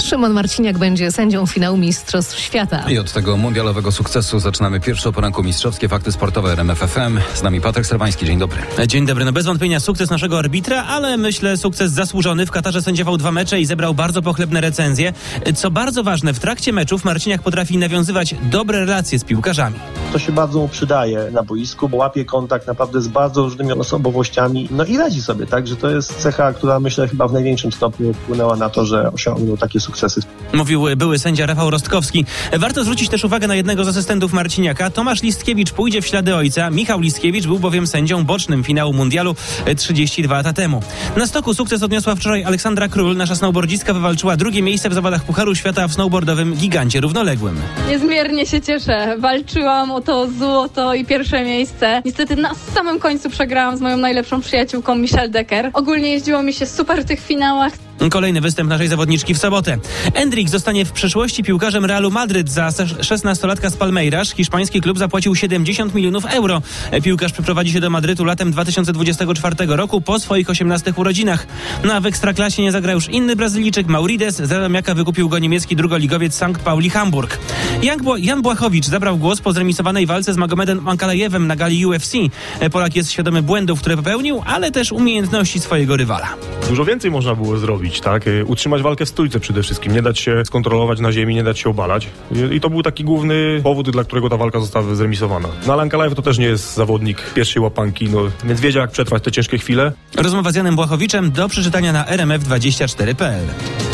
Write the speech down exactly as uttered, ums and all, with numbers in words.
Szymon Marciniak będzie sędzią finału Mistrzostw Świata. I od tego mundialowego sukcesu zaczynamy pierwsze o poranku mistrzowskie Fakty Sportowe R M F F M. Z nami Patryk Serwański. Dzień dobry. Dzień dobry. No bez wątpienia sukces naszego arbitra, ale myślę sukces zasłużony. W Katarze sędziował dwa mecze i zebrał bardzo pochlebne recenzje. Co bardzo ważne, w trakcie meczów Marciniak potrafi nawiązywać dobre relacje z piłkarzami. To się bardzo mu przydaje na boisku, bo łapie kontakt naprawdę z bardzo różnymi osobowościami, no i radzi sobie, tak, że to jest cecha, która myślę chyba w największym stopniu wpłynęła na to, że osiągnął takie sukcesy. Mówił były sędzia Rafał Rostkowski. Warto zwrócić też uwagę na jednego z asystentów Marciniaka. Tomasz Listkiewicz pójdzie w ślady ojca. Michał Listkiewicz był bowiem sędzią bocznym finału mundialu trzydzieści dwa lata temu. Na stoku sukces odniosła wczoraj Aleksandra Król. Nasza snowboardzistka wywalczyła drugie miejsce w zawodach Pucharu Świata w snowboardowym gigancie równoległym. Niezmiernie się cieszę. Walczyłam o to złoto i pierwsze miejsce. Niestety na samym końcu przegrałam z moją najlepszą przyjaciółką Michelle Decker. Ogólnie jeździło mi się super w tych finałach. Kolejny występ naszej zawodniczki w sobotę. Endrick zostanie w przyszłości piłkarzem Realu Madryt. Za szesnastolatka z Palmeiras hiszpański klub zapłacił siedemdziesiąt milionów euro. Piłkarz przyprowadzi się do Madrytu latem dwa tysiące dwudziestego czwartego roku po swoich osiemnastych urodzinach. No a w Ekstraklasie nie zagra już inny Brazylijczyk Maurides. Za Zamiaka wykupił go niemiecki drugoligowiec Sankt Pauli Hamburg. Jan, Bła- Jan Błachowicz zabrał głos po zremisowanej walce z Magomedem Ankalejewem na gali U F C. Polak jest świadomy błędów, które popełnił, ale też umiejętności swojego rywala. Dużo więcej można było zrobić, tak? Utrzymać walkę w stójce przede wszystkim, nie dać się skontrolować na ziemi, nie dać się obalać. I to był taki główny powód, dla którego ta walka została zremisowana. No ale Ankalaev to też nie jest zawodnik pierwszej łapanki, no więc wiedział, jak przetrwać te ciężkie chwile. Rozmowa z Janem Błachowiczem do przeczytania na R M F dwadzieścia cztery kropka p l.